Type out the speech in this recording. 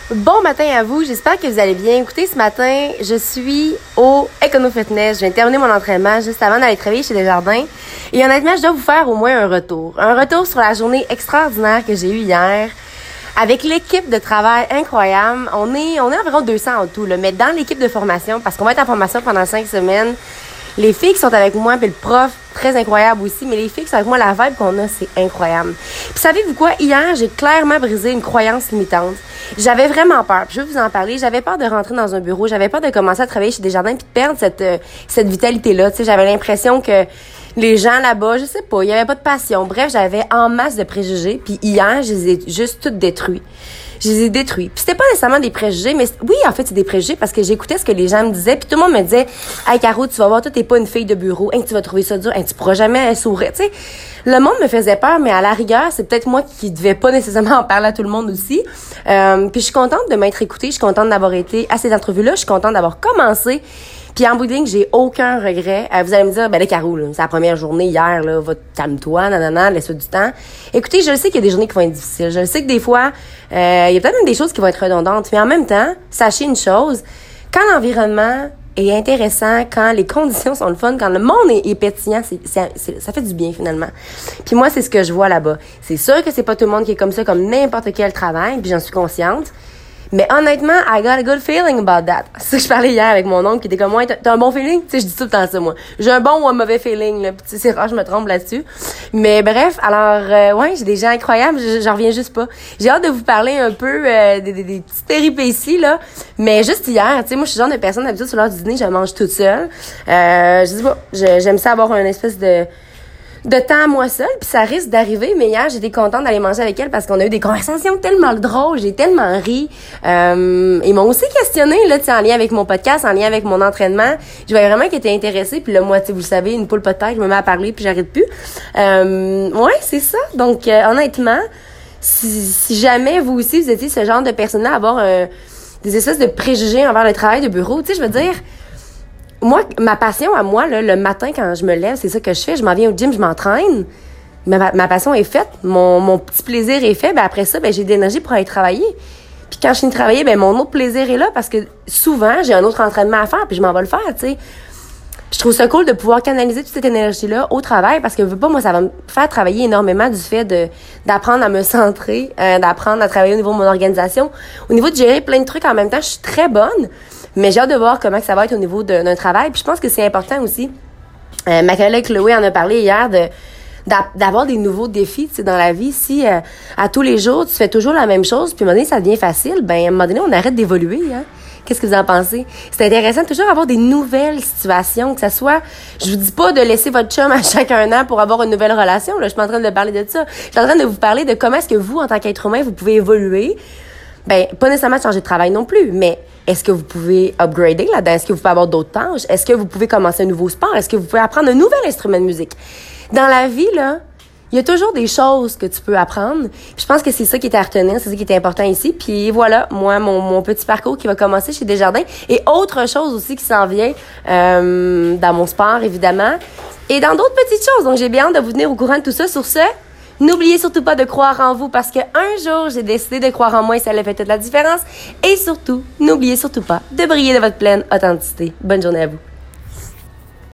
Bon matin à vous, j'espère que vous allez bien. Écoutez, ce matin, je suis au Econo Fitness. Je viens de terminer mon entraînement juste avant d'aller travailler chez Desjardins. Et honnêtement, je dois vous faire au moins un retour. Un retour sur la journée extraordinaire que j'ai eue hier. Avec l'équipe de travail incroyable. On est environ 200 en tout, là, mais dans l'équipe de formation, parce qu'on va être en formation pendant 5 semaines. Les filles qui sont avec moi, puis le prof, très incroyable aussi, mais les filles qui sont avec moi, la vibe qu'on a, c'est incroyable. Puis savez-vous quoi? Hier, j'ai clairement brisé une croyance limitante. J'avais vraiment peur, puis je vais vous en parler. J'avais peur de rentrer dans un bureau, j'avais peur de commencer à travailler chez Desjardins puis de perdre cette vitalité-là. Tu sais, j'avais l'impression que les gens là-bas, je sais pas, il y avait pas de passion. Bref, j'avais en masse de préjugés, puis hier, je les ai juste toutes détruits. Je les ai détruits. Puis c'était pas nécessairement des préjugés, mais oui, en fait, c'est des préjugés parce que j'écoutais ce que les gens me disaient, puis tout le monde me disait « Hey, Caro, tu vas voir, toi, t'es pas une fille de bureau. Hey, tu vas trouver ça dur. Hey, tu pourras jamais sourire. » Tu sais, le monde me faisait peur, mais à la rigueur, c'est peut-être moi qui devais pas nécessairement en parler à tout le monde aussi. Puis je suis contente de m'être écoutée. Je suis contente d'avoir été à ces entrevues-là. Je suis contente d'avoir commencé. Puis en bout de ligne, j'ai aucun regret. Vous allez me dire, ben là, Caro, là, c'est la première journée hier, là, calme-toi, nanana, laisse-toi du temps. Écoutez, je sais qu'il y a des journées qui vont être difficiles. Je sais que des fois, il y a peut-être même des choses qui vont être redondantes. Mais en même temps, sachez une chose, quand l'environnement est intéressant, quand les conditions sont le fun, quand le monde est pétillant, ça fait du bien finalement. Puis moi, c'est ce que je vois là-bas. C'est sûr que c'est pas tout le monde qui est comme ça, comme n'importe quel travail, puis j'en suis consciente. Mais honnêtement, I got a good feeling about that. C'est ça que je parlais hier avec mon oncle qui était comme moi, t'as un bon feeling? Tu sais, je dis tout le temps ça, moi. J'ai un bon ou un mauvais feeling, là. Puis tu sais, c'est rare, je me trompe là-dessus. Mais bref, alors, ouais, j'ai des gens incroyables, j'en reviens juste pas. J'ai hâte de vous parler un peu des petites péripéties, là. Mais juste hier, tu sais, moi, je suis le genre de personne, d'habitude, sur l'heure du dîner, je mange toute seule. Je sais pas, j'aime ça avoir une espèce de temps à moi seule, puis ça risque d'arriver, mais hier, j'étais contente d'aller manger avec elle parce qu'on a eu des conversations tellement drôles, j'ai tellement ri. Ils m'ont aussi questionné, là, tu sais, en lien avec mon podcast, en lien avec mon entraînement. Je voyais vraiment qu'ils étaient intéressés, puis là, moi, tu sais, vous le savez, une poule pas de tête, je me mets à parler, puis j'arrête plus. Ouais, c'est ça. Donc, honnêtement, si jamais vous aussi, vous étiez ce genre de personne-là à avoir des espèces de préjugés envers le travail de bureau, tu sais, je veux dire, moi, ma passion à moi, là, le matin, quand je me lève, c'est ça que je fais. Je m'en viens au gym, je m'entraîne. Ma passion est faite. Mon petit plaisir est fait. Ben, après ça, ben, j'ai de l'énergie pour aller travailler. Puis quand je finis de travailler, ben, mon autre plaisir est là parce que souvent, j'ai un autre entraînement à faire puis je m'en vais le faire, tu sais. Je trouve ça cool de pouvoir canaliser toute cette énergie-là au travail parce que, veux pas, moi, ça va me faire travailler énormément du fait d'apprendre à me centrer, d'apprendre à travailler au niveau de mon organisation. Au niveau de gérer plein de trucs en même temps, je suis très bonne. Mais j'ai hâte de voir comment ça va être au niveau d'un travail. Puis je pense que c'est important aussi. Ma collègue Chloé en a parlé hier d'avoir des nouveaux défis, tu sais, dans la vie. Si à tous les jours, tu fais toujours la même chose, puis à un moment donné, ça devient facile, ben à un moment donné, on arrête d'évoluer, hein. Qu'est-ce que vous en pensez? C'est intéressant de toujours avoir des nouvelles situations, que ça soit, je vous dis pas de laisser votre chum à chaque 1 an pour avoir une nouvelle relation, là. Je suis pas en train de parler de ça. Je suis en train de vous parler de comment est-ce que vous, en tant qu'être humain, vous pouvez évoluer. Ben, pas nécessairement changer de travail non plus, mais est-ce que vous pouvez upgrader là-dedans? Est-ce que vous pouvez avoir d'autres tâches? Est-ce que vous pouvez commencer un nouveau sport? Est-ce que vous pouvez apprendre un nouvel instrument de musique? Dans la vie, là, il y a toujours des choses que tu peux apprendre. Puis je pense que c'est ça qui est à retenir, c'est ça qui est important ici. Puis voilà, moi, mon petit parcours qui va commencer chez Desjardins. Et autre chose aussi qui s'en vient dans mon sport, évidemment. Et dans d'autres petites choses. Donc, j'ai bien hâte de vous tenir au courant de tout ça. Sur ce, n'oubliez surtout pas de croire en vous parce qu'un jour, j'ai décidé de croire en moi et ça a fait toute la différence. Et surtout, n'oubliez surtout pas de briller de votre pleine authenticité. Bonne journée à vous.